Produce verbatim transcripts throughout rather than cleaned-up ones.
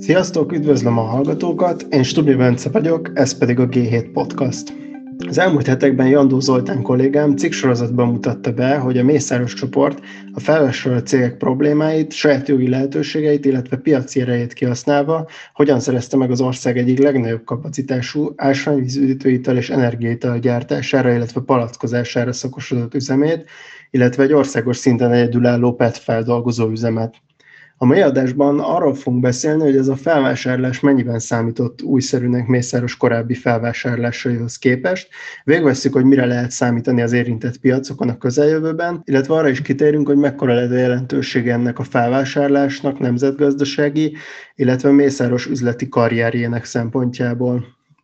Sziasztok, üdvözlöm a hallgatókat, én Stubli Bence vagyok, ez pedig a gé hét Podcast. Az elmúlt hetekben Jandó Zoltán kollégám cikksorozatban mutatta be, hogy a Mészáros csoport a felvásárló cégek problémáit, saját jogi lehetőségeit, illetve piaci erejét kihasználva hogyan szerezte meg az ország egyik legnagyobb kapacitású ásványvízüdítőital és energiaital gyártására, illetve palackozására szakosodott üzemét, illetve egy országos szinten egyedülálló pé e té feldolgozó üzemet. A mai adásban arról fogunk beszélni, hogy ez a felvásárlás mennyiben számított újszerűnek Mészáros korábbi felvásárlásaihoz képest. Végigvesszük, hogy mire lehet számítani az érintett piacokon a közeljövőben, illetve arra is kitérünk, hogy mekkora lehet a jelentősége ennek a felvásárlásnak nemzetgazdasági, illetve Mészáros üzleti karrierjének szempontjából.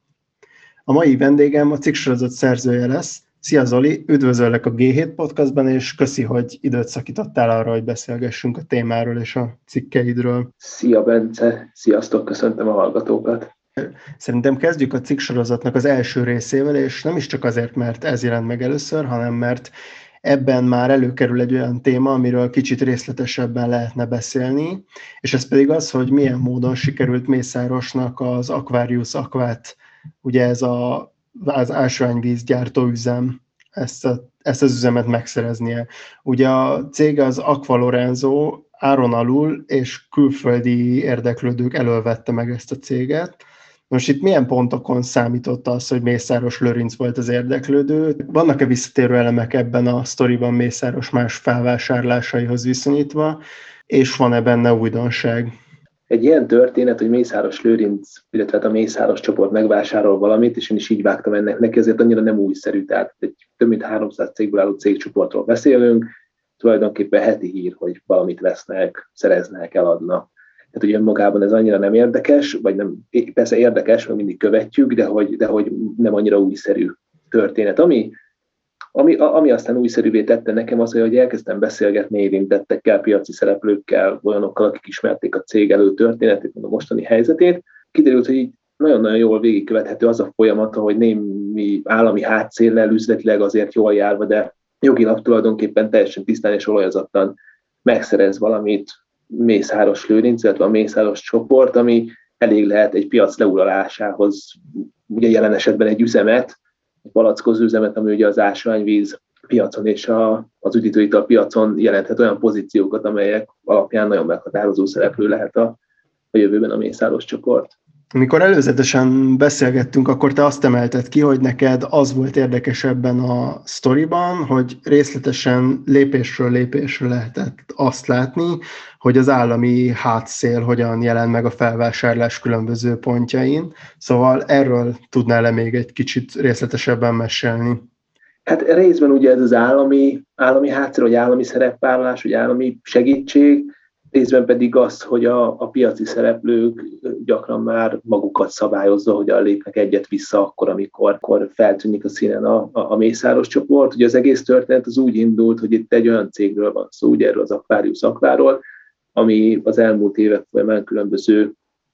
A mai vendégem a cikksorozat szerzője lesz. Szia Zoli, üdvözöllek a gé hét Podcastban, és köszi, hogy időt szakítottál arra, hogy beszélgessünk a témáról és a cikkeidről. Szia Bence, sziasztok, köszöntöm a hallgatókat. Szerintem kezdjük a cikksorozatnak az első részével, és nem is csak azért, mert ez jelent meg először, hanem mert ebben már előkerül egy olyan téma, amiről kicsit részletesebben lehetne beszélni, és ez pedig az, hogy milyen módon sikerült Mészárosnak az Aquarius Aquát, ugye ez a az ásványvízgyártó üzem, ezt, a, ezt az üzemet megszereznie. Ugye a cég az Aqua Lorenzo áron alul, és külföldi érdeklődők elől vette meg ezt a céget. Most itt milyen pontokon számított az, hogy Mészáros Lőrinc volt az érdeklődő? Vannak-e visszatérő elemek ebben a sztoriban Mészáros más felvásárlásaihoz viszonyítva, és van-e benne újdonság? Egy ilyen történet, hogy Mészáros Lőrinc, illetve a Mészáros csoport megvásárol valamit, és én is így vágtam ennek neki, ezért annyira nem újszerű, tehát egy több mint háromszáz cégből álló cégcsoportról beszélünk, tulajdonképpen heti hír, hogy valamit vesznek, szereznek, eladnak. Tehát ugye önmagában ez annyira nem érdekes, vagy nem, persze érdekes, mert mindig követjük, de hogy, de hogy nem annyira újszerű történet. Ami, ami, ami aztán újszerűvé tette nekem az, hogy elkezdtem beszélgetni érintettekkel, piaci szereplőkkel, olyanokkal, akik ismerték a cég előtörténetét, a mostani helyzetét, kiderült, hogy így nagyon-nagyon jól végigkövethető az a folyamat, hogy némi állami hátszéllel, üzletileg azért jól járva, de jogilag tulajdonképpen teljesen tisztán és olajozottan megszerez valamit Mészáros Lőrinc, illetve a Mészáros csoport, ami elég lehet egy piac leuralásához, ugye jelen esetben egy üzemet, egy palackozó üzemet, ami ugye az ásványvíz piacon és a, az üdítőital piacon jelenthet olyan pozíciókat, amelyek alapján nagyon meghatározó szereplő lehet a, a jövőben a Mészáros csoport. Amikor előzetesen beszélgettünk, akkor te azt emelted ki, hogy neked az volt érdekes ebben a sztoriban, hogy részletesen lépésről lépésről lehetett azt látni, hogy az állami hátszél hogyan jelent meg a felvásárlás különböző pontjain. Szóval erről tudnál-e még egy kicsit részletesebben mesélni? Hát részben ugye ez az állami, állami hátszél, vagy állami szerepvállalás, vagy állami segítség, részben pedig az, hogy a, a piaci szereplők gyakran már magukat szabályozza, hogyan lépnek egyet vissza akkor, amikor, amikor feltűnik a színen a, a, a Mészáros csoport. Ugye az egész történet az úgy indult, hogy itt egy olyan cégről van szó, ugye erről az Aquarius Aquáról, ami az elmúlt évek folyamán különböző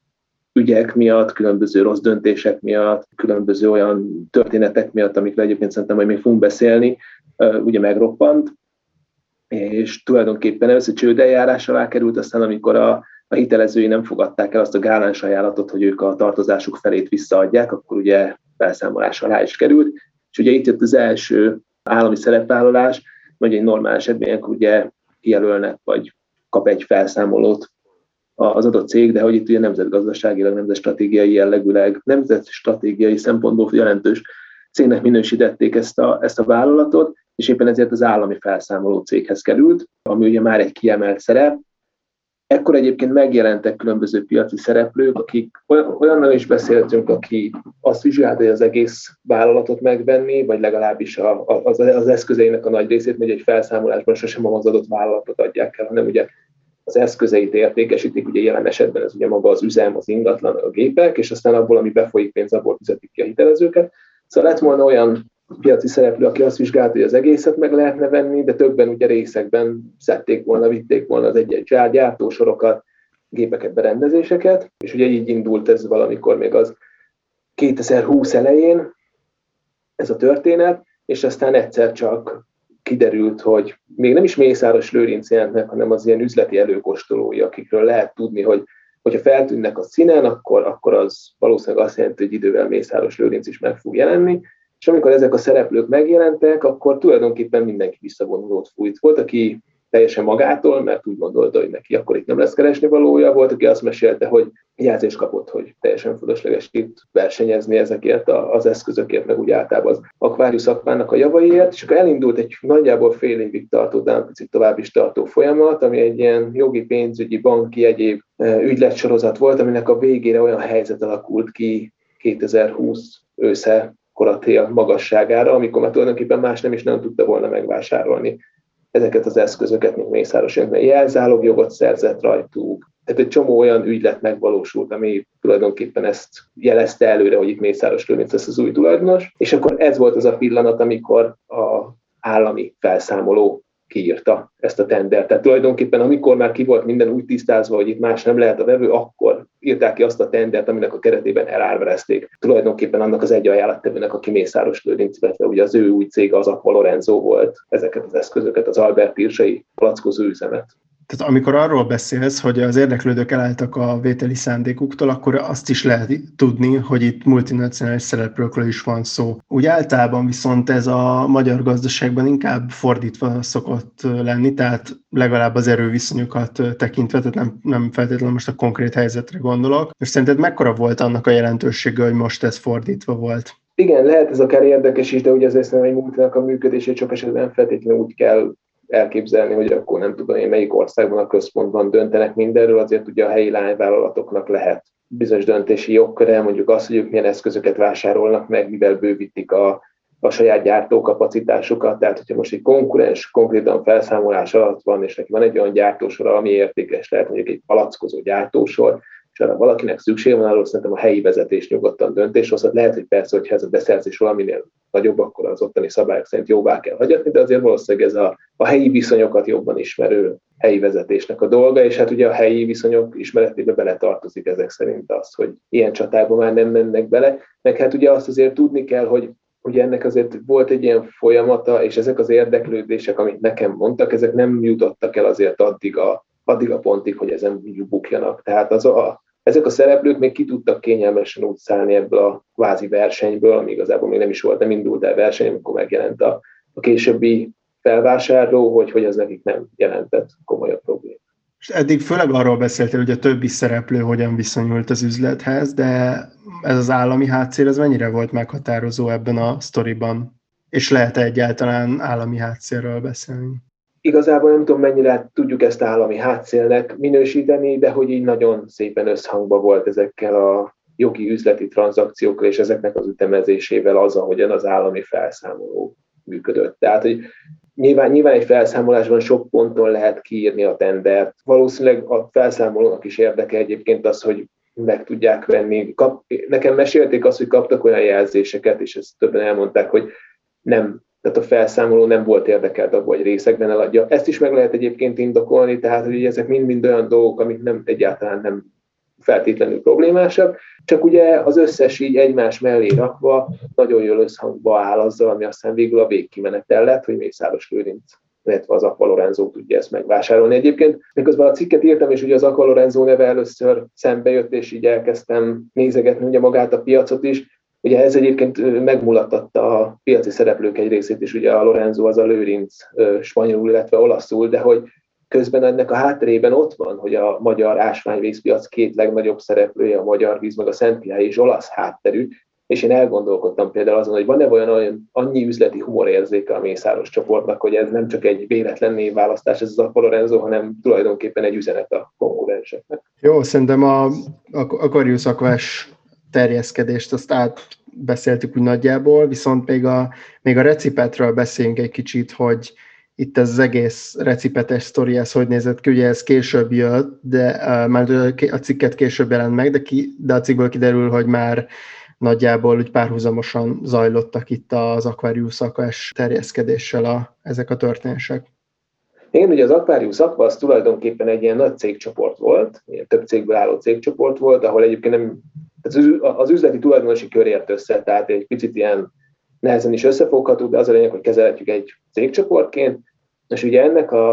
ügyek miatt, különböző rossz döntések miatt, különböző olyan történetek miatt, amikről egyébként szerintem majd még fogunk beszélni, ugye megroppant, és tulajdonképpen először csődeljárás alá került, aztán amikor a, a hitelezői nem fogadták el azt a gáláns ajánlatot, hogy ők a tartozásuk felét visszaadják, akkor ugye felszámolás alá is került, és ugye itt jött az első állami szerepvállalás, vagy egy normál esetben ugye kijelölnek, vagy kap egy felszámolót az adott cég, de hogy itt ugye nemzetgazdaságilag, nemzetstratégiai jellegűleg, nemzetstratégiai szempontból jelentős cégnek minősítették ezt a, ezt a vállalatot, és éppen ezért az állami felszámoló céghez került, ami ugye már egy kiemelt szerep. Ekkor egyébként megjelentek különböző piaci szereplők, akik olyannal is beszéltünk, aki azt vizsgálta, hogy az egész vállalatot megvenni, vagy legalábbis a, az, az eszközeinek a nagy részét, mert egy felszámolásban sosem az adott vállalatot adják el, hanem ugye az eszközeit értékesítik, ugye jelen esetben ez ugye maga az üzem, az ingatlan, a gépek, és aztán abból, ami befolyik pénz, abból fizetik ki a hitelezőket. Szóval lett volna olyan piaci szereplő, aki azt vizsgálta, hogy az egészet meg lehetne venni, de többen ugye részekben szedték volna, vitték volna az egy-egy gyártósorokat, gépeket, berendezéseket, és ugye így indult ez valamikor még az kétezer-húsz elején ez a történet, és aztán egyszer csak kiderült, hogy még nem is Mészáros Lőrinc jelent meg, hanem az ilyen üzleti előkóstolói, akikről lehet tudni, hogy hogyha feltűnnek a színen, akkor, akkor az valószínűleg azt jelenti, hogy idővel Mészáros Lőrinc is meg fog jelenni, és amikor ezek a szereplők megjelentek, akkor tulajdonképpen mindenki visszavonulót fújt. Volt, aki teljesen magától, mert úgy gondolta, hogy neki akkor itt nem lesz keresni valója, volt, aki azt mesélte, hogy jelzést kapott, hogy teljesen fölösleges itt versenyezni ezekért az eszközökért, meg úgy általában az akvárius szakmának a javaiért, és akkor elindult egy nagyjából fél évig tartó, de egy picit tovább is tartó folyamat, ami egy ilyen jogi, pénzügyi, banki, egyéb ügyletsorozat volt, aminek a végére olyan helyzet alakult ki kétezer-húsz ősze koratél magasságára, amikor már tulajdonképpen más nem is nem tudta volna megvásárolni ezeket az eszközöket, mint Mészáros Lőrinc, mert jelzálogjogot szerzett rajtuk. Tehát egy csomó olyan ügylet megvalósult, ami tulajdonképpen ezt jelezte előre, hogy itt Mészáros Lőrinc lesz az új tulajdonos, és akkor ez volt az a pillanat, amikor az állami felszámoló kiírta ezt a tendert. Tehát tulajdonképpen amikor már ki volt minden úgy tisztázva, hogy itt más nem lehet a vevő, akkor írták ki azt a tendert, aminek a keretében elárverezték tulajdonképpen annak az egy ajánlattevőnek, aki Mészáros Lőrinc, illetve ugye az ő új cége, az Aqua Lorenzo volt, ezeket az eszközöket, az Albert Pirsai palackozó üzemet. Tehát amikor arról beszélsz, hogy az érdeklődők elálltak a vételi szándékuktól, akkor azt is lehet tudni, hogy itt multinacionális szereplőkről is van szó. Úgy általában viszont ez a magyar gazdaságban inkább fordítva szokott lenni, tehát legalább az erőviszonyokat tekintve, tehát nem, nem feltétlenül most a konkrét helyzetre gondolok. És szerinted mekkora volt annak a jelentősége, hogy most ez fordítva volt? Igen, lehet ez akár érdekes is, de ugye azért szerintem egy multinak a működését sok esetben nem feltétlenül úgy kell elképzelni, hogy akkor nem tudom én melyik országban a központban döntenek mindenről, azért ugye a helyi lányvállalatoknak lehet bizonyos döntési jogköre, mondjuk azt, hogy ők milyen eszközöket vásárolnak meg, mivel bővítik a, a saját gyártókapacitásukat, tehát hogyha most egy konkurens konkrétan felszámolás alatt van, és neki van egy olyan gyártósor, ami értékes lehet, mondjuk egy palackozó gyártósor, és arra valakinek szükség van, arról szerintem a helyi vezetés nyugodtan döntés hozhat. Lehet, hogy persze, hogyha ez a beszerzés valaminél nagyobb, akkor az ottani szabályok szerint jóvá kell hagyatni, de azért valószínűleg ez a, a helyi viszonyokat jobban ismerő helyi vezetésnek a dolga, és hát ugye a helyi viszonyok ismeretébe beletartozik ezek szerint az, hogy ilyen csatákba már nem mennek bele, meg hát ugye azt azért tudni kell, hogy ugye ennek azért volt egy ilyen folyamata, és ezek az érdeklődések, amit nekem mondtak, ezek nem jutottak el azért addig a addig a pontig, hogy ezen bukjanak. Tehát az a, ezek a szereplők még ki tudtak kényelmesen úgy szállni ebből a kvázi versenyből, ami igazából még nem is volt, nem indult el verseny, amikor megjelent a, a későbbi felvásárló, hogy, hogy ez nekik nem jelentett komolyabb problémát. És eddig főleg arról beszéltél, hogy a többi szereplő hogyan viszonyult az üzlethez, de ez az állami hátszél, ez mennyire volt meghatározó ebben a sztoriban? És lehet-e egyáltalán állami hátszélről beszélni? Igazából nem tudom, mennyire tudjuk ezt állami hátszélnek minősíteni, de hogy így nagyon szépen összhangban volt ezekkel a jogi üzleti tranzakciókkal és ezeknek az ütemezésével az, ahogyan az állami felszámoló működött. Tehát, hogy nyilván, nyilván egy felszámolásban sok ponton lehet kiírni a tendert. Valószínűleg a felszámolónak is érdeke egyébként az, hogy meg tudják venni. Kap, nekem mesélték azt, hogy kaptak olyan jelzéseket, és ezt többen elmondták, hogy nem, tehát a felszámoló nem volt érdekelt abban, hogy részekben eladja. Ezt is meg lehet egyébként indokolni, tehát hogy ezek mind-mind olyan dolgok, amik nem, egyáltalán nem feltétlenül problémásak, csak ugye az összes így egymás mellé rakva nagyon jól összhangba áll azzal, ami aztán végül a végkimenetel lett, hogy Mészáros Lőrinc, illetve az Aqua Lorenzo tudja ezt megvásárolni. Egyébként miközben a cikket írtam, és ugye az Aqua Lorenzo neve először szembe jött, és így elkezdtem nézegetni ugye magát a piacot is. Ugye ez egyébként megmulattatta a piaci szereplők egy részét is, ugye a Lorenzo az a Lőrinc spanyolul, illetve olaszul, de hogy közben ennek a hátterében ott van, hogy a magyar ásványvízpiac két legnagyobb szereplője, a Magyar Víz, meg a Szentkirály és olasz hátterű, és én elgondolkodtam például azon, hogy van-e olyan, olyan annyi üzleti humorérzéke a Mészáros csoportnak, hogy ez nem csak egy véletlen névválasztás, ez az Aqua Lorenzo, hanem tulajdonképpen egy üzenet a konkurenseknek. Jó, szerintem a Aquarius Aquás terjeszkedést azt átbeszéltük úgy nagyjából, viszont még a, még a recipetről beszéljünk egy kicsit, hogy itt ez az egész recipetes sztori, ez hogy nézett ki, ugye ez később jött, de uh, már a cikket később jelent meg, de, ki, de a cikkből kiderül, hogy már nagyjából úgy párhuzamosan zajlottak itt az Aquarius Aquás terjeszkedéssel a, ezek a történések. Igen, ugye az Aquarius Aqua az tulajdonképpen egy ilyen nagy cégcsoport volt, ilyen több cégből álló cégcsoport volt, ahol egyébként nem, az üzleti tulajdonosi kör ért össze, tehát egy picit ilyen nehezen is összefogható, de az a lényeg, hogy kezelhetjük egy cégcsoportként, és ugye ennek a, a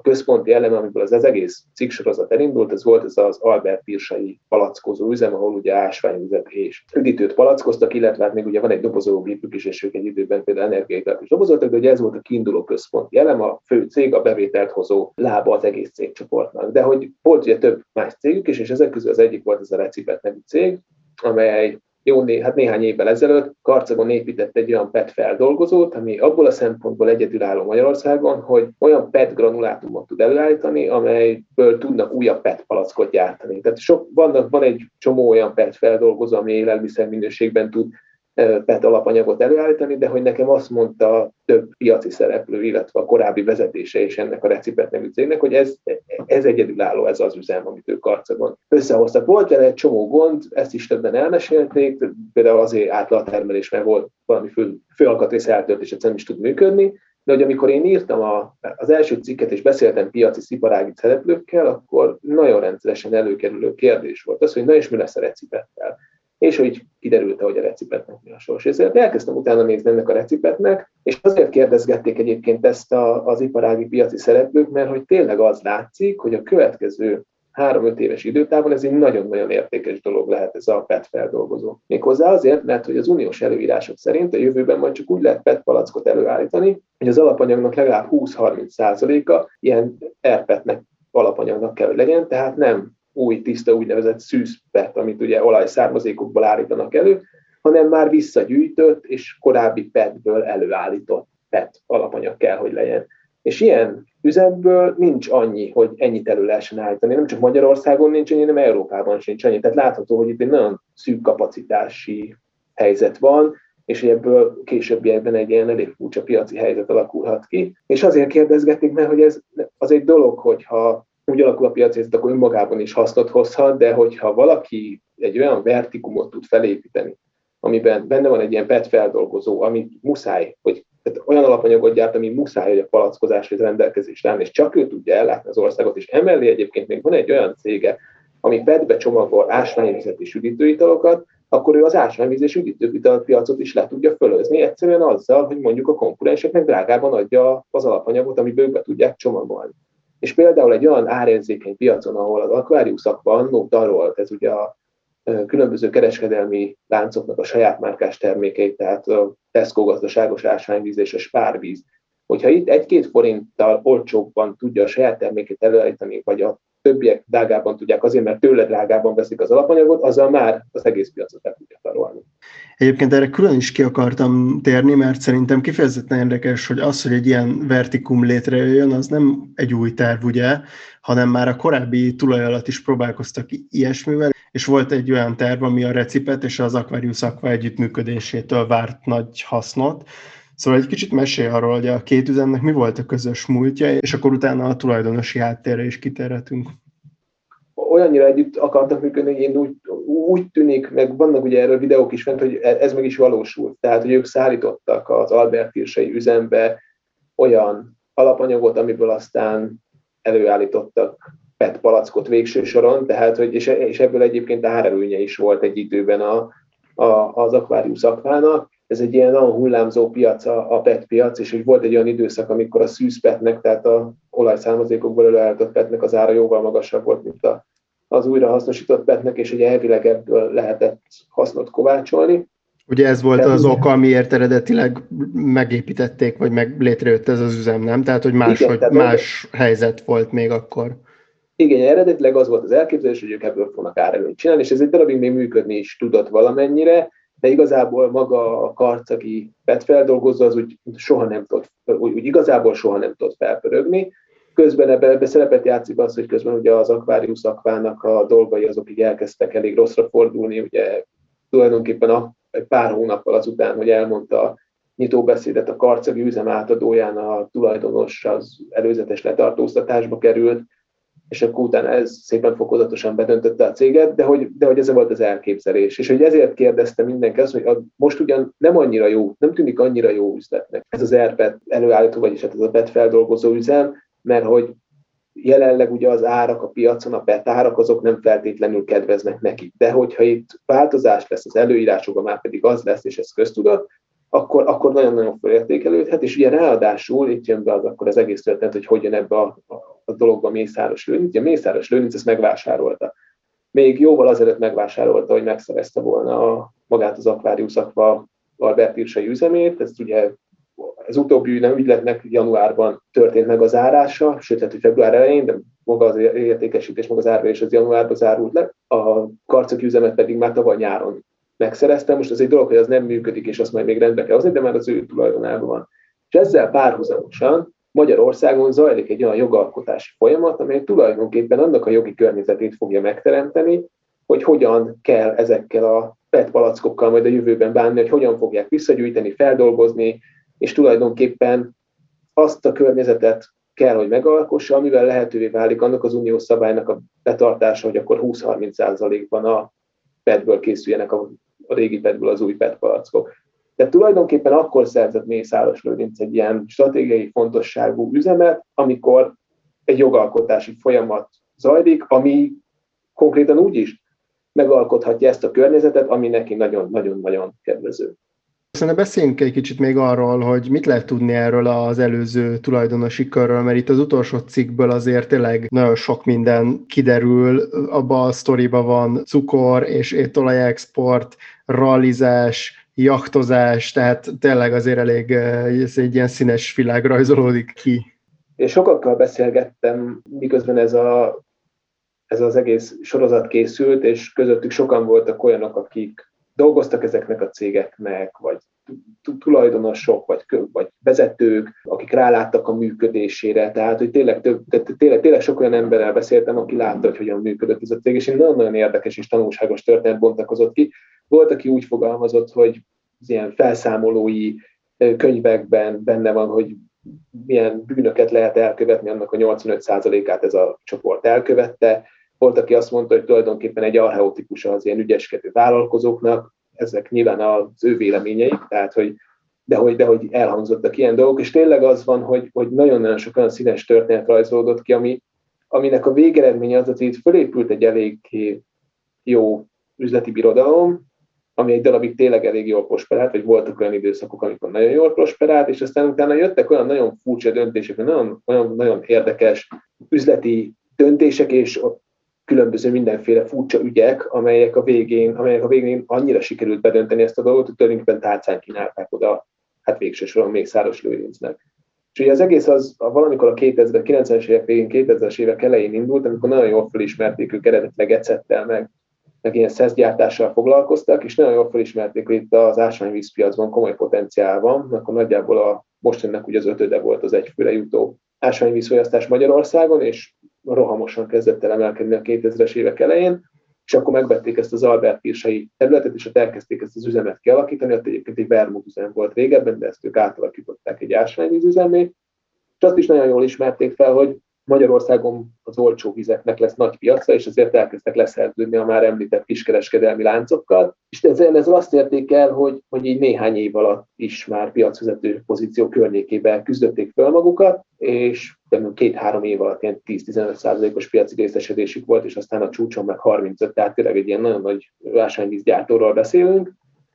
a központi eleme, amiből az, az egész cikksorozat elindult, ez volt ez az Albert Pirsai palackozó üzem, ahol ugye ásványvizet és üdítőt palackoztak, illetve hát még ugye van egy dobozológépük is, és ők egy időben például energiát is dobozoltak, de ugye ez volt a kiinduló központi elem, a fő cég, a bevételt hozó lába az egész cégcsoportnak. De hogy volt ugye több más cégük is, és ezek közül az egyik volt ez a Recipet nevű cég, amely jó, né, hát néhány évvel ezelőtt Karcagon épített egy olyan pé e té feldolgozót, ami abból a szempontból egyedülálló Magyarországon, hogy olyan pé e té granulátumot tud előállítani, amelyből tudnak újabb pé e té palackot gyártani. Tehát sok, vannak, van egy csomó olyan pé e té feldolgozó, ami élelmiszer minőségben tud pé e té alapanyagot előállítani, de hogy nekem azt mondta több piaci szereplő, illetve a korábbi vezetése is ennek a Recipet nevű cégnek, hogy ez, ez egyedülálló, ez az üzem, amit ők Karcagon összehoztak. Volt vele egy csomó gond, ezt is többen elmesélték, például azért átla a termelés, mert volt valami fő, főalkatrész eltöltés, nem is tud működni, de hogy amikor én írtam a, az első cikket és beszéltem piaci sziparági szereplőkkel, akkor nagyon rendszeresen előkerülő kérdés volt az, hogy na és mi lesz a Recipettel. És hogy kiderült, hogy a Recipetnek mi a sors. Ezért elkezdtem utána nézni ennek a Recipetnek, és azért kérdezgették egyébként ezt a, az iparági piaci szereplők, mert hogy tényleg az látszik, hogy a következő három-öt éves időtávon ez egy nagyon-nagyon értékes dolog lehet ez a pé e té feldolgozó. Méghozzá azért, mert hogy az uniós előírások szerint a jövőben majd csak úgy lehet pé e té palackot előállítani, hogy az alapanyagnak legalább húsz-harminc százaléka ilyen er pé é-nek alapanyagnak kell, hogy legyen, tehát nem új, tiszta, úgynevezett szűz pé e té, amit ugye olajszármazékokból állítanak elő, hanem már visszagyűjtött és korábbi pé e té-ből előállított pé e té alapanyag kell, hogy legyen. És ilyen üzemből nincs annyi, hogy ennyit elő lehessen állítani. Nem csak Magyarországon nincs annyi, hanem Európában sincs annyi. Tehát látható, hogy itt egy nagyon szűk kapacitási helyzet van, és ebből későbbiekben egy ilyen elég furcsa piaci helyzet alakulhat ki. És azért kérdezgették meg, hogy ez az egy dolog, hogyha úgy alakul a piac, akkor önmagában is hasznot hozhat, de hogyha valaki egy olyan vertikumot tud felépíteni, amiben benne van egy ilyen pé e té feldolgozó, amit muszáj, hogy tehát olyan alapanyagot gyárt, ami muszáj, hogy a palackozáshoz rendelkezésre áll, és csak ő tudja ellátni az országot, és emellé egyébként még van egy olyan cége, ami pé e té-be csomagol ásványvizet és üdítőitalokat, akkor ő az ásványvíz és üdítőital piacot is le tudja fölözni, egyszerűen azzal, hogy mondjuk a konkurenseknek drágában adja az alapanyagot, amiből be tudják csomagolni. És például egy olyan árérzékeny piacon, ahol az akvárium szakma annó tarolt, ez ugye a különböző kereskedelmi láncoknak a saját márkás termékeit, tehát a Tesco gazdaságos ásványvíz és a Spárvíz, hogyha itt egy-két forinttal olcsóbban tudja a saját termékét előállítani, vagy a többiek drágában tudják azért, mert tőle drágában veszik az alapanyagot, azzal már az egész piacot el tudja tarolni. Egyébként erre külön is ki akartam térni, mert szerintem kifejezetten érdekes, hogy az, hogy egy ilyen vertikum létrejöjjön, az nem egy új terv, ugye, hanem már a korábbi tulaj alatt is próbálkoztak ilyesmivel, és volt egy olyan terv, ami a Recipet és az Aquarius Aqua együttműködésétől várt nagy hasznot. Szóval egy kicsit mesélj arról, hogy a két üzemnek mi volt a közös múltja, és akkor utána a tulajdonosi háttérre is kitérhetünk. Olyannyira együtt akartak működni, hogy én úgy, úgy tűnik, meg vannak ugye erről videók is fent, hogy ez meg is valósult. Tehát, hogy ők szállítottak az Albert Pirsai üzembe olyan alapanyagot, amiből aztán előállítottak pé e té palackot végső soron, tehát, hogy, és, és ebből egyébként árelőnye is volt egy időben a, a, az Aquarius Aquának. Ez egy ilyen nagyon hullámzó piac a, a pé e té piac, és hogy volt egy olyan időszak, amikor a szűz pé e té-nek, tehát a olajszármazékokból előállított pé e té-nek az ára jóval magasabb volt, mint a, az újrahasznosított pé e té-nek, és ugye elvileg ebből lehetett hasznot kovácsolni. Ugye ez volt az oka, amiért eredetileg megépítették, vagy meg létrejött ez az üzem, nem? Tehát, hogy más, igen, hogy más az... helyzet volt még akkor. Igen, eredetileg az volt az elképzelés, hogy ők ebből fognak árelőnyt csinálni, és ez egy darabig még működni is tudott valamennyire, de igazából maga a karcagi pé e té feldolgozó az úgy soha nem tud, úgy, úgy igazából soha nem tud felpörögni. Közben ebbe, ebbe szerepet játszik az, hogy közben ugye az Aquarius Aquának a dolgai azok így elkezdtek elég rosszra fordulni, ugye tulajdonképpen a, egy pár hónappal azután, hogy elmondta a nyitóbeszédet a karcagi üzem átadóján, a tulajdonos az előzetes letartóztatásba került, és akkor utána ez szépen fokozatosan bedöntötte a céget, de hogy, de hogy ez volt az elképzelés. És hogy ezért kérdezte mindenki azt, hogy a, most ugyan nem annyira jó, nem tűnik annyira jó üzletnek ez az er pé é előállító, vagyis hát ez a pé e té feldolgozó üzem, mert hogy jelenleg ugye az árak a piacon, a pé e té árak azok nem feltétlenül kedveznek nekik. De hogyha itt változás lesz az előírásokban, már pedig az lesz, és ez köztudat, akkor, akkor nagyon-nagyon felértékelődhet, és ugye ráadásul itt jön be az akkor az egész történet, hogy hogyan ebbe a, a, a dologba Mészáros Lőrinc. Ugye Mészáros Lőrinc ezt megvásárolta. Még jóval azelőtt megvásárolta, hogy megszerezte volna a, magát az Aquarius Aqua Albert Irsai üzemét. Ez ugye az utóbbi nem ügyletnek januárban történt meg a zárása, sőt, lehet, hogy február elején, de maga az értékesítés, maga az árverés az januárban zárult le. A karcoki üzemet pedig már tavaly nyáron megszereztem. Most az egy dolog, hogy az nem működik, és azt majd még rendbe kell hozni, de már az ő tulajdonában van. És ezzel párhuzamosan Magyarországon zajlik egy olyan jogalkotási folyamat, amely tulajdonképpen annak a jogi környezetét fogja megteremteni, hogy hogyan kell ezekkel a pé e té palackokkal majd a jövőben bánni, hogy hogyan fogják visszagyűjteni, feldolgozni, és tulajdonképpen azt a környezetet kell, hogy megalkossa, amivel lehetővé válik annak az uniós szabálynak a betartása, hogy akkor húsz-harminc százalékban a pé e té-ből készüljenek a, a régi pé e té-ből az új pé e té palackok. Tehát tulajdonképpen akkor szerzett Mészáros Lőrinc egy ilyen stratégiai fontosságú üzemet, amikor egy jogalkotási folyamat zajlik, ami konkrétan úgy is megalkothatja ezt a környezetet, ami neki nagyon-nagyon-nagyon kedvező. Szerintem beszéljünk egy kicsit még arról, hogy mit lehet tudni erről az előző tulajdonosi körről, mert itt az utolsó cikkből azért tényleg nagyon sok minden kiderül. Abban a sztoriban van cukor és étolajexport, rallizás, jachtozás, tehát tényleg azért elég ez egy ilyen színes világ rajzolódik ki. Én sokakkal beszélgettem, miközben ez, a, ez az egész sorozat készült, és közöttük sokan voltak olyanok, akik dolgoztak ezeknek a cégeknek, vagy tulajdonosok, vagy, vagy vezetők, akik ráláttak a működésére. Tehát, hogy tényleg, több, tényleg, tényleg sok olyan emberrel beszéltem, aki látta, hogy hogyan működött ez a cég, és nagyon-nagyon érdekes és tanulságos történet bontakozott ki. Volt, aki úgy fogalmazott, hogy az ilyen felszámolói könyvekben benne van, hogy milyen bűnöket lehet elkövetni, annak a nyolcvanöt százalékát ez a csoport elkövette. Volt, aki azt mondta, hogy tulajdonképpen egy archeotikus az ilyen ügyeskedő vállalkozóknak, ezek nyilván az ő véleményeik, tehát hogy, de, hogy, de hogy elhangzottak ilyen dolgok, és tényleg az van, hogy, hogy nagyon-nagyon sok olyan színes történet rajzolódott ki, ami, aminek a végeredménye az, hogy itt fölépült egy elég jó üzleti birodalom, ami egy darabig tényleg elég jól prosperált, vagy voltak olyan időszakok, amikor nagyon jól prosperált, és aztán utána jöttek olyan nagyon furcsa döntések, nagyon, olyan, nagyon érdekes üzleti döntések, és különböző mindenféle furcsa ügyek, amelyek a végén, amelyek a végén annyira sikerült bedönteni ezt a dolgot, hogy tulajdonképpen tálcán kínálták oda, hát végső soron Mészáros Lőrincnek. És ugye az egész az valamikor a kilencvenes évek végén, kétezres évek elején indult, amikor nagyon jól felismerték ők eredetileg ecettel, meg, meg ilyen szeszgyártással foglalkoztak, és nagyon jól felismerték, hogy itt az ásványvízpiacban komoly potenciál van, akkor nagyjából a mostannak ugye az ötöde volt az egyfőre jutó ásványvízfogyasztás Magyarországon, és rohamosan kezdett el emelkedni a kétezres évek elején, és akkor megvették ezt az Albert Irsai területet, és ott elkezdték ezt az üzemet kialakítani, ott egyébként egy vermut üzem volt régebben, de ezt ők átalakították egy ásványvíz üzemé, és azt is nagyon jól ismerték fel, hogy Magyarországon az olcsó vizeknek lesz nagy piaca, és ezért elkezdtek leszerződni a már említett kiskereskedelmi láncokkal, és ezzel, ezzel azt érték el, hogy, hogy így néhány év alatt is már piacvezető pozíció környékében küzdötték fel magukat, és két-három év alatt ilyen tíz-tizenöt százalékos piaci részesedésük volt, és aztán a csúcson meg harmincöt, tehát tényleg egy ilyen nagyon nagy ásványvízgyártóról beszélünk.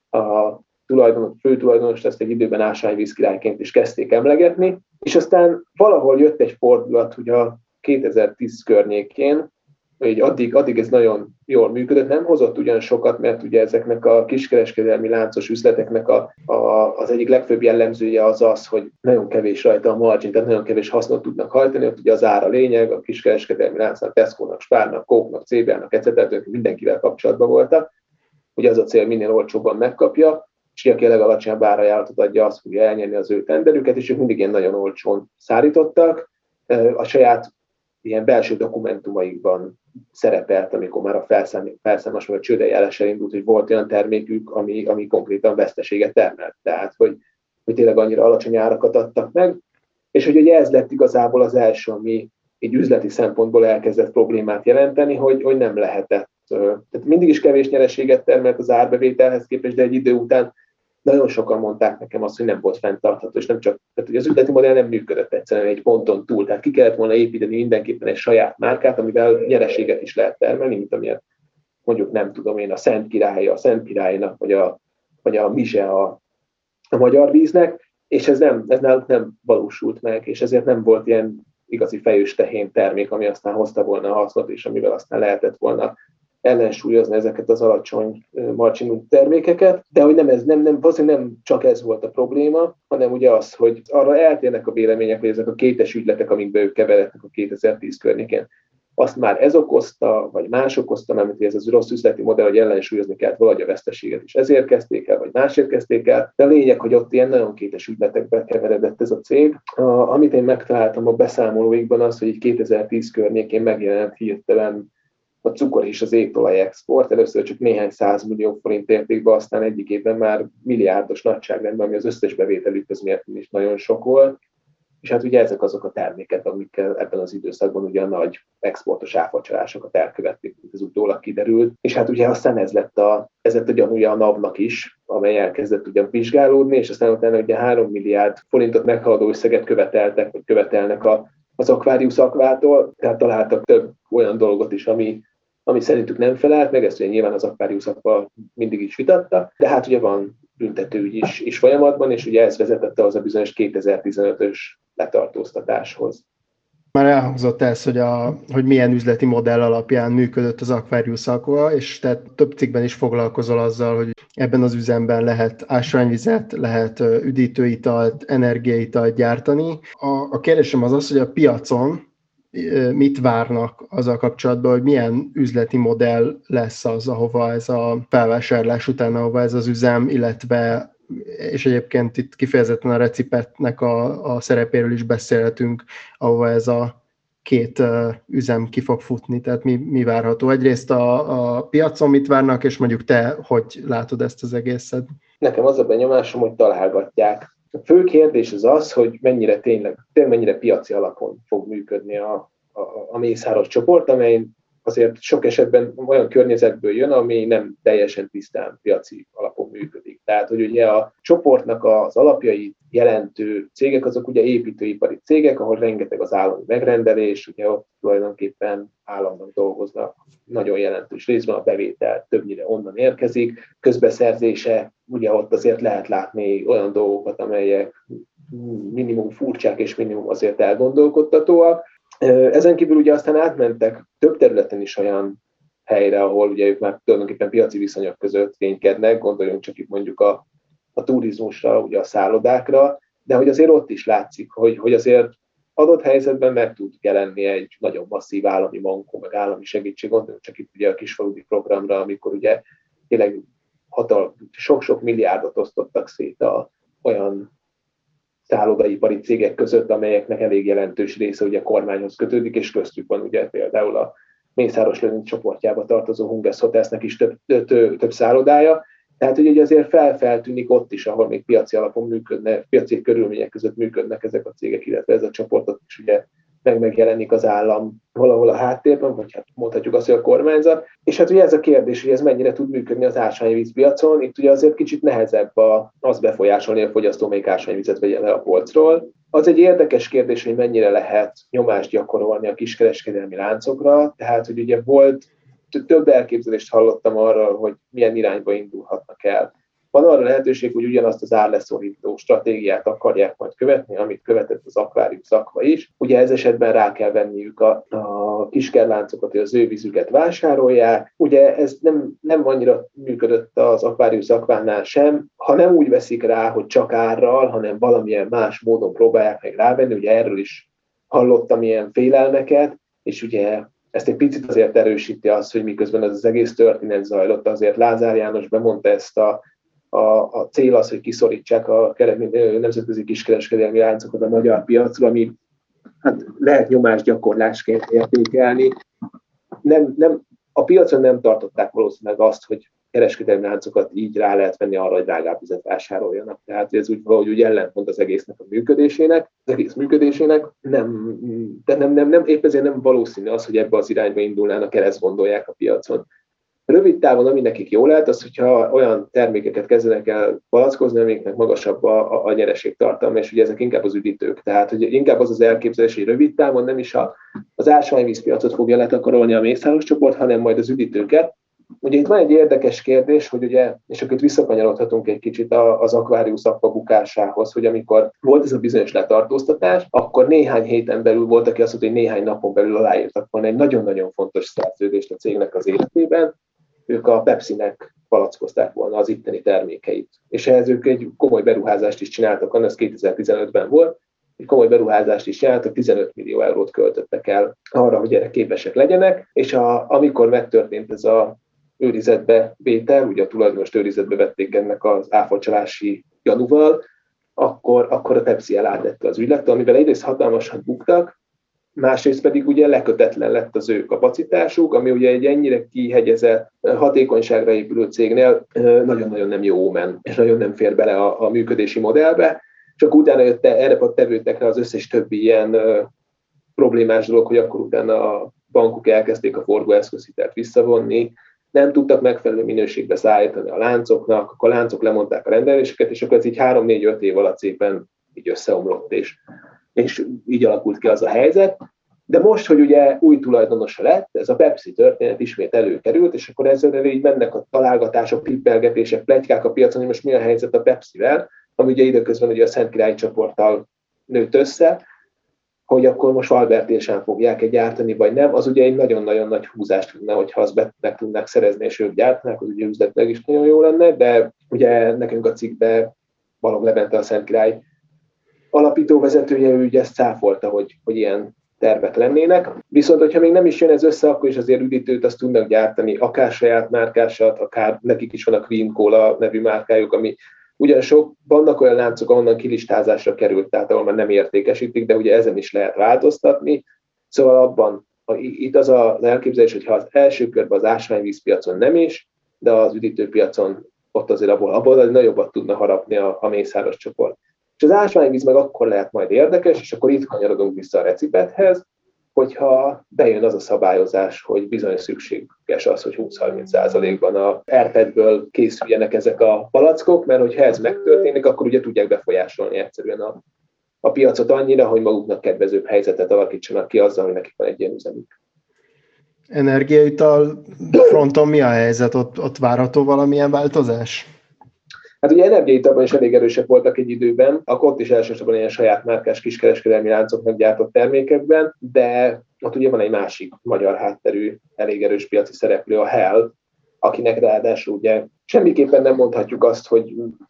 A tulajdonos, főtulajdonos ezt egy időben ásványvíz királyként is kezdték emlegetni, és aztán valahol jött egy fordulat, hogy a kétezer-tíz környékén, hogy addig, addig ez nagyon jól működött, nem hozott ugyan sokat, mert ugye ezeknek a kiskereskedelmi láncos üzleteknek a, a, az egyik legfőbb jellemzője az az, hogy nagyon kevés rajta a margin, tehát nagyon kevés hasznot tudnak hajtani, ott ugye az ára lényeg, a kiskereskedelmi láncnak, Tesco-nak, Spárnak, Coke-nak, cé bé á-nak, et cetera mindenkivel kapcsolatban voltak, ugye az a cél, minél olcsóbban megkapja, és aki a legalacsonyabb árajánlatot adja, azt fogja elnyerni az ő tenderüket, és ők mindig ilyen nagyon olcsón szállítottak. A saját ilyen belső dokumentumaikban szerepelt, amikor már a felszámolás vagy a csődeljárás elindult, hogy volt olyan termékük, ami, ami konkrétan veszteséget termelt. Tehát, hogy, hogy tényleg annyira alacsony árakat adtak meg, és hogy ugye ez lett igazából az első, ami egy üzleti szempontból elkezdett problémát jelenteni, hogy, hogy nem lehetett. Tehát mindig is kevés nyereséget termelt az árbevételhez képest, de egy idő után nagyon sokan mondták nekem azt, hogy nem volt fenntartható, és nem csak, tehát hogy az üzleti modell nem működött egyszerűen egy ponton túl, tehát ki kellett volna építeni mindenképpen egy saját márkát, amivel nyereséget is lehet termelni, mint amilyen mondjuk nem tudom én, a Szent Királya, a Szent Királynak, vagy a, vagy a Mise a a magyar víznek, és ez nem, ez náluk nem valósult meg, és ezért nem volt ilyen igazi fejős tehén termék, ami aztán hozta volna a hasznot, és amivel aztán lehetett volna ellensúlyozni ezeket az alacsony marginú termékeket, de hogy nem ez, nem, nem, valószínűleg nem csak ez volt a probléma, hanem ugye az, hogy arra eltérnek a vélemények, hogy ezek a kétes ügyletek, amikbe ők keveredtek a kétezer-tíz környékén, azt már ez okozta, vagy más okozta, nem, hogy ez az rossz üzleti modell, hogy ellensúlyozni kellett valahogy a veszteséget, és ezért kezdték el, vagy másért kezdték el. De a lényeg, hogy ott ilyen nagyon kétes ügyletekbe keveredett ez a cég. A, amit én megtaláltam a beszámolóikban az, hogy kétezer-tíz környékén megjelent hirtelen a cukor és az étolaj export, először csak néhány százmillió forint értékben, aztán egyik évben már milliárdos nagyságrendben, ami az összes bevételükhöz mért is nagyon sok volt. És hát ugye ezek azok a termékek, amikkel ebben az időszakban ugye a nagy exportos áfacsalásokat elkövették, mint ez utólag kiderült. És hát ugye aztán ez lett a, ez lett ugye a NAV-nak is, amely elkezdett ugye vizsgálódni, és aztán utána ugye három milliárd forintot meghaladó összeget követeltek, vagy követelnek a, az Aquarius Aquától, tehát találtak több olyan dolgot is, ami, ami szerintük nem felelt, meg ezt ugye nyilván az Aquarius Aqua mindig is vitatta, de hát ugye van büntetőügy is, is folyamatban, és ugye ez vezetette az a bizonyos kétezer-tizenötös letartóztatáshoz. Már elhangzott ez, hogy, a, hogy milyen üzleti modell alapján működött az Aquarius Aqua, és te több cikkben is foglalkozol azzal, hogy ebben az üzemben lehet ásványvizet, lehet üdítőitalt, energiaitalt gyártani. A, a kérdésem az az, hogy a piacon mit várnak azzal kapcsolatban, hogy milyen üzleti modell lesz az, ahova ez a felvásárlás után, ahova ez az üzem, illetve és egyébként itt kifejezetten a Recipetnek a, a szerepéről is beszélhetünk, ahova ez a két uh, üzem ki fog futni, tehát mi, mi várható. Egyrészt a, a piacon mit várnak, és mondjuk te hogy látod ezt az egészet? Nekem az a benyomásom, hogy találgatják. A fő kérdés az az, hogy mennyire tényleg, tényleg mennyire piaci alapon fog működni a, a, a Mészáros csoport, amely azért sok esetben olyan környezetből jön, ami nem teljesen tisztán piaci alapon működik. Tehát, hogy ugye a csoportnak az alapjai jelentő cégek, azok ugye építőipari cégek, ahol rengeteg az állami megrendelés, ugye ott tulajdonképpen államnak dolgoznak, nagyon jelentős részben a bevétel többnyire onnan érkezik, közbeszerzése, ugye ott azért lehet látni olyan dolgokat, amelyek minimum furcsák és minimum azért elgondolkodtatóak. Ezen kívül ugye aztán átmentek több területen is olyan helyre, ahol ugye ők már tulajdonképpen piaci viszonyok között ténykednek, gondoljunk csak itt mondjuk a, a turizmusra, ugye a szállodákra, de hogy azért ott is látszik, hogy, hogy azért adott helyzetben meg tud jelenni egy nagyon masszív állami mankó, meg állami segítség, gondoljunk csak itt ugye a kisfaludi programra, amikor ugye tényleg hatal, sok-sok milliárdot osztottak szét a olyan szállodaipari cégek között, amelyeknek elég jelentős része ugye kormányhoz kötődik, és köztük van ugye például a Mészáros Lőrinc csoportjába tartozó Hunges Hotelsnek is több, több, több szállodája. Tehát ugye azért fel-feltűnik ott is, ahol még piaci alapon működne, piaci körülmények között működnek ezek a cégek, illetve ez a csoportot is ugye meg megjelenik az állam valahol a háttérben, vagy hát mondhatjuk azt, hogy a kormányzat. És hát ugye ez a kérdés, hogy ez mennyire tud működni az ásványvízpiacon, itt ugye azért kicsit nehezebb a, az befolyásolni, a fogyasztó még ásványvizet vegyen le a polcról. Az egy érdekes kérdés, hogy mennyire lehet nyomást gyakorolni a kiskereskedelmi láncokra, tehát hogy ugye volt, több elképzelést hallottam arra, hogy milyen irányba indulhatnak el. Van arra lehetőség, hogy ugyanazt az árleszorító stratégiát akarják majd követni, amit követett az Aquarius Aqua is. Ugye ez esetben rá kell venniük a, a kiskerláncokat, hogy az ő vízüket vásárolják. Ugye ez nem, nem annyira működött az Aquarius Aquánál sem, ha nem úgy veszik rá, hogy csak árral, hanem valamilyen más módon próbálják meg rávenni. Ugye erről is hallottam ilyen félelmeket, és ugye ezt egy picit azért erősíti az, hogy miközben ez az egész történet zajlott, azért Lázár János bemondta ezt a A, a cél az, hogy kiszorítsák a nemzetközi kiskereskedelmi láncokat a magyar piacra, ami hát lehet nyomásgyakorlásként értékelni. Nem, nem, a piacon nem tartották valószínűleg azt, hogy kereskedelmi láncokat így rá lehet venni arra, hogy drágább vizet vásároljanak. Tehát ez úgy valahogy úgy ellentmond az egésznek a működésének, az egész működésének. Nem, de nem, nem, nem, épp ezért nem valószínű az, hogy ebbe az irányba indulnának el, ezt gondolják a piacon. Rövid távon, ami nekik jól lehet, az, hogyha olyan termékeket kezdenek el palackozni, amiknek magasabb a, a, a nyereségtartalma, és ugye ezek inkább az üdítők. Tehát hogy inkább az az elképzelés, hogy rövid távon nem is a, az ásványvízpiacot fogja letakarolni a Mészáros csoport, hanem majd az üdítőket. Ugye itt van egy érdekes kérdés, hogy ugye, és akkor itt visszakanyarodhatunk egy kicsit az Aquarius apa bukásához, hogy amikor volt ez a bizonyos letartóztatás, akkor néhány héten belül volt, aki azt mondta, hogy néhány napon belül aláírtak volna egy nagyon-nagyon fontos szerződést a cégnek az életében, ők a Pepsinek palackozták volna az itteni termékeit. És ehhez ők egy komoly beruházást is csináltak, az kétezer-tizenötben volt, egy komoly beruházást is csináltak, tizenöt millió eurót költöttek el arra, hogy erre képesek legyenek, és a, amikor megtörtént ez a őrizetbe vétel, ugye a tulajdonost őrizetbe vették ennek az áfacsalási gyanúval, akkor, akkor a Pepsi elátette az ügyletet, amivel egyrészt hatalmasan buktak, másrészt pedig ugye lekötetlen lett az ő kapacitásuk, ami ugye egy ennyire kihegyezett, hatékonyságra épülő cégnél nagyon-nagyon nem jó ómen, és nagyon nem fér bele a, a működési modellbe. Csak utána jött erre a tevődtek rá az összes többi ilyen ö, problémás dolog, hogy akkor utána a bankok elkezdték a forgóeszközhitelt visszavonni, nem tudtak megfelelő minőségbe szállítani a láncoknak, akkor a láncok lemondták a rendeléseket, és akkor ez így három-négy-öt év alatt szépen így összeomlott, és, és így alakult ki az a helyzet. De most, hogy ugye új tulajdonosa lett, ez a Pepsi történet ismét előkerült, és akkor ezzel így mennek a találgatások, tippelgetések, pletykák a piacon, hogy most mi a helyzet a Pepsivel, ami ugye időközben ugye a Szentkirályi csoporttal nőtt össze, hogy akkor most Albertésen fogják-e gyártani, vagy nem, az ugye egy nagyon-nagyon nagy húzást tudna, hogyha azt meg tudnák szerezni, és ők gyártanák, az ugye üzletleg is nagyon jó lenne, de ugye nekünk a cikkben Balogh Levente, a Szentkirály alapítóvezetője, ő ugye ezt cáfolta, hogy, hogy ilyen tervek lennének. Viszont, hogyha még nem is jön ez össze, akkor is azért üdítőt azt tudnak gyártani, akár saját márkásat, akár nekik is van a Cream Cola nevű márkájuk, ami ugyan sok, vannak olyan láncok, ahonnan kilistázásra került, tehát ahol már nem értékesítik, de ugye ezen is lehet változtatni. Szóval abban, itt az az elképzelés, hogy ha az első körben az ásványvízpiacon nem is, de az üdítőpiacon ott azért abból, abból az nagyobbat tudna harapni a, a mészáros csoport. És az ásványvíz meg akkor lehet majd érdekes, és akkor itt kanyarodunk vissza a recipethez, hogyha bejön az a szabályozás, hogy bizony szükséges az, hogy húsz-harminc százalékban a er pé é-ből készüljenek ezek a palackok, mert hogyha ez megtörténik, akkor ugye tudják befolyásolni egyszerűen a, a piacot annyira, hogy maguknak kedvezőbb helyzetet alakítsanak ki azzal, hogy nekik van egy ilyen üzemük. Energiaital fronton mi a helyzet? Ott, ott várható valamilyen változás? Hát ugye energiaitalban is elég erősek voltak egy időben, akkor ott is elsősorban ilyen saját márkás kiskereskedelmi láncoknak gyártott termékekben, de ott ugye van egy másik magyar hátterű, elég erős piaci szereplő, a Hell, akinek ráadásul ugye semmiképpen nem mondhatjuk azt, hogy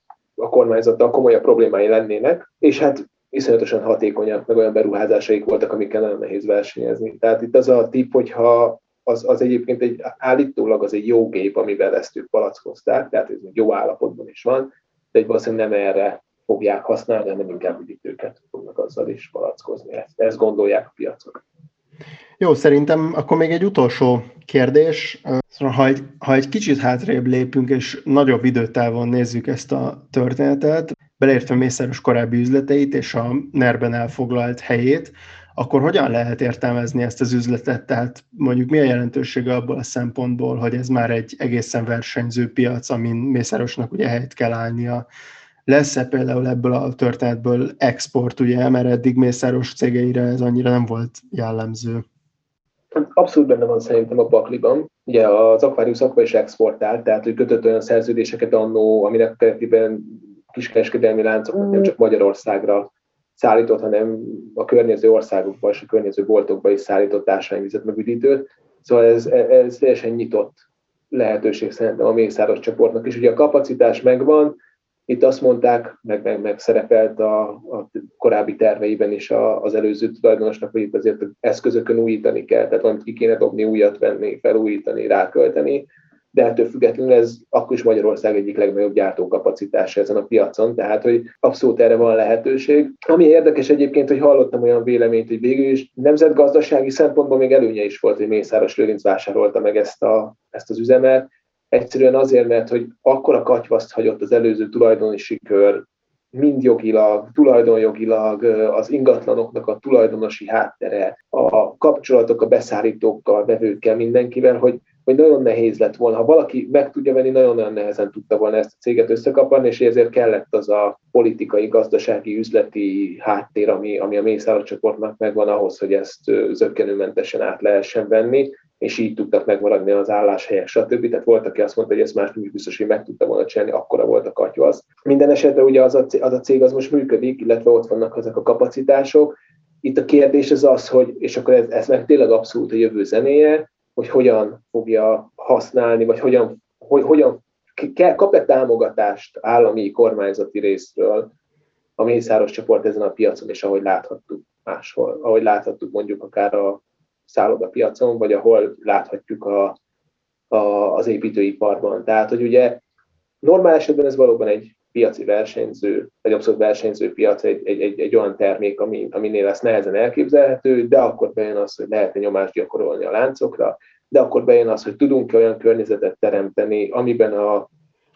a kormányzattal komolyabb problémái lennének, és hát iszonyatosan hatékonyak, meg olyan beruházásaik voltak, amikkel nagyon nehéz versenyezni. Tehát itt az a tipp, hogyha Az, az egyébként egy, állítólag az egy jó gép, amivel ezt ők palackozták, tehát ez jó állapotban is van, de egy valószínűleg nem erre fogják használni, hanem inkább üdítőket fognak azzal is palackozni. Ezt, ezt gondolják a piacok. Jó, szerintem akkor még egy utolsó kérdés. Ha egy, ha egy kicsit hátrébb lépünk, és nagyobb időtávon nézzük ezt a történetet, beleértve Mészáros korábbi üzleteit és a nerben elfoglalt helyét, akkor hogyan lehet értelmezni ezt az üzletet? Tehát mondjuk mi a jelentősége abból a szempontból, hogy ez már egy egészen versenyző piac, amin Mészárosnak ugye helyt kell állnia. Lesz-e például ebből a történetből export, ugye, mert eddig Mészáros cégeire ez annyira nem volt jellemző? Abszolút benne van szerintem a pakliban. Ugye az Aquarius akkor is exportált, tehát hogy kötött olyan szerződéseket annó, aminek keretében kiskereskedelmi láncok nem csak Magyarországra szállított, hanem a környező országokban és a környező boltokban is szállított ásványvizet, meg üdítőt. Szóval ez, ez teljesen nyitott lehetőség szerintem a Mészáros csoportnak is. Ugye a kapacitás megvan, itt azt mondták, meg, meg, meg szerepelt a, a korábbi terveiben is a, az előző tulajdonosnak, hogy itt azért eszközökön újítani kell, tehát valamit ki kéne dobni, újat venni, felújítani, rákölteni, de ettől függetlenül ez akkor is Magyarország egyik legnagyobb gyártókapacitása ezen a piacon, tehát hogy abszolút erre van lehetőség. Ami érdekes egyébként, hogy hallottam olyan véleményt, hogy végül is nemzetgazdasági szempontból még előnye is volt, hogy Mészáros Lőrinc vásárolta meg ezt, a, ezt az üzemet. Egyszerűen azért, mert hogy akkora katyvaszt hagyott az előző tulajdonosi kör, mind jogilag, tulajdonjogilag, az ingatlanoknak a tulajdonosi háttere, a kapcsolatok a beszállítókkal, vevőkkel, mindenkivel, hogy hogy nagyon nehéz lett volna. Ha valaki meg tudja venni, nagyon-nagyon nehezen tudta volna ezt a céget összekaparni, és ezért kellett az a politikai, gazdasági, üzleti háttér, ami, ami a Mészáros csoportnak megvan ahhoz, hogy ezt zökkenőmentesen át lehessen venni. és így tudtak megmaradni az álláshelyek, stb. Tehát volt, aki azt mondta, hogy ezt más nem is biztos, hogy meg tudta volna csinálni, akkora volt a katyú az. Minden esetben ugye az a, cég, az a cég az most működik, illetve ott vannak ezek a kapacitások. Itt a kérdés az az, hogy, és akkor ez, ez meg tényleg abszolút a jövő zenéje, hogy hogyan fogja használni, vagy hogyan, hogy, hogyan kap-e támogatást állami kormányzati részről a Mészáros csoport ezen a piacon, és ahogy láthattuk máshol, ahogy láthattuk mondjuk akár a szállodapiacon, vagy ahol láthatjuk a, a, az építőiparban. Tehát, hogy ugye normál esetben ez valóban egy piaci versenyző, vagy abszolút versenyző piac, egy, egy, egy, egy olyan termék, ami, aminél ezt nehezen elképzelhető, de akkor bejön az, hogy lehetne nyomást gyakorolni a láncokra, de akkor bejön az, hogy tudunk olyan környezetet teremteni, amiben a,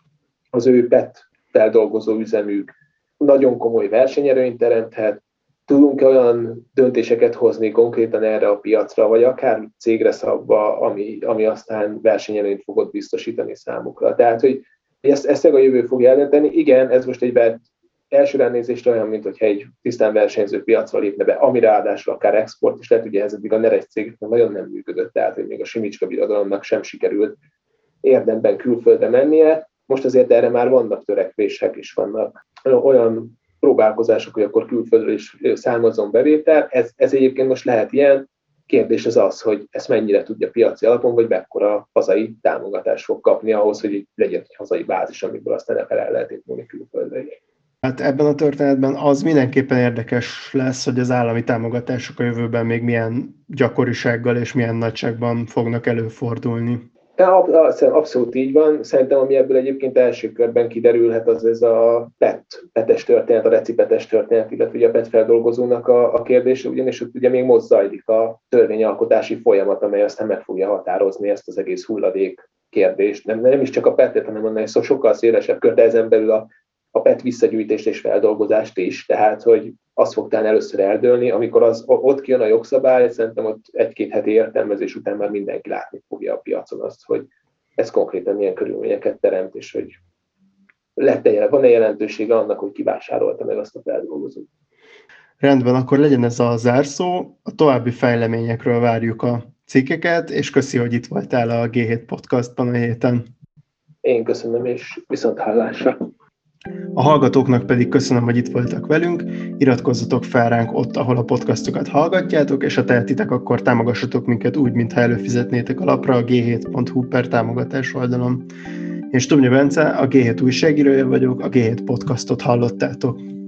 az ő pé e té feldolgozó üzemük nagyon komoly versenyerőnyt teremthet, tudunk olyan döntéseket hozni konkrétan erre a piacra, vagy akár cégre szabva, ami, ami aztán versenyerőnyt fogod biztosítani számukra. Tehát, hogy ezt, ezt a jövő fogja eldönteni. Igen, ez most egy vett első ránézésre olyan, mint hogyha egy tisztán versenyző piacra lépne be, ami ráadásul akár export is lehet, ugye ez eddig a Neres cégeknek nagyon nem működött, tehát hogy még a Simicska birodalomnak sem sikerült érdemben külföldre mennie. Most azért erre már vannak törekvések is, vannak olyan próbálkozások, hogy akkor külföldről is származzon bevétel. Ez, ez egyébként most lehet ilyen. Kérdés az az, hogy ezt mennyire tudja piaci alapon, vagy mekkora hazai támogatást fog kapni ahhoz, hogy legyen egy hazai bázis, amiből aztán el lehet épülni külföldre is. Hát ebben a történetben az mindenképpen érdekes lesz, hogy az állami támogatások a jövőben még milyen gyakorisággal és milyen nagyságban fognak előfordulni. Abszolút így van. Szerintem, ami ebből egyébként első körben kiderülhet, az ez a pé e té, pé e té-es történet, a recipetes történet, illetve ugye a pé e té feldolgozónak a, a kérdése, ugyanis ott ugye még most zajlik a törvényalkotási folyamat, amely aztán meg fogja határozni ezt az egész hulladék kérdést. Nem, nem is csak a pé e té-t, hanem annál szó sokkal szélesebb kör, de ezen belül a, a pé e té visszagyűjtést és feldolgozást is. Tehát, hogy az fog talán először eldőlni, amikor az, ott kijön a jogszabály, szerintem ott egy-két heti értelmezés után már mindenki látni fogja a piacon azt, hogy ez konkrétan milyen körülményeket teremt, és hogy lett-e, van-e jelentősége annak, hogy kivásárolta meg azt a feldolgozót. Rendben, akkor legyen ez a zárszó. A további fejleményekről várjuk a cikkeket, és köszi, hogy itt voltál a gé hét Podcastban a héten. Én köszönöm, és viszont hallásra. A hallgatóknak pedig köszönöm, hogy itt voltak velünk, iratkozzatok fel ránk ott, ahol a podcastokat hallgatjátok, és ha tehetitek, akkor támogassatok minket úgy, mintha előfizetnétek a lapra a gé hét pont hú per támogatás oldalon. Én Stubnya Bence, a gé hét újságírója vagyok, a gé hét Podcastot hallottátok.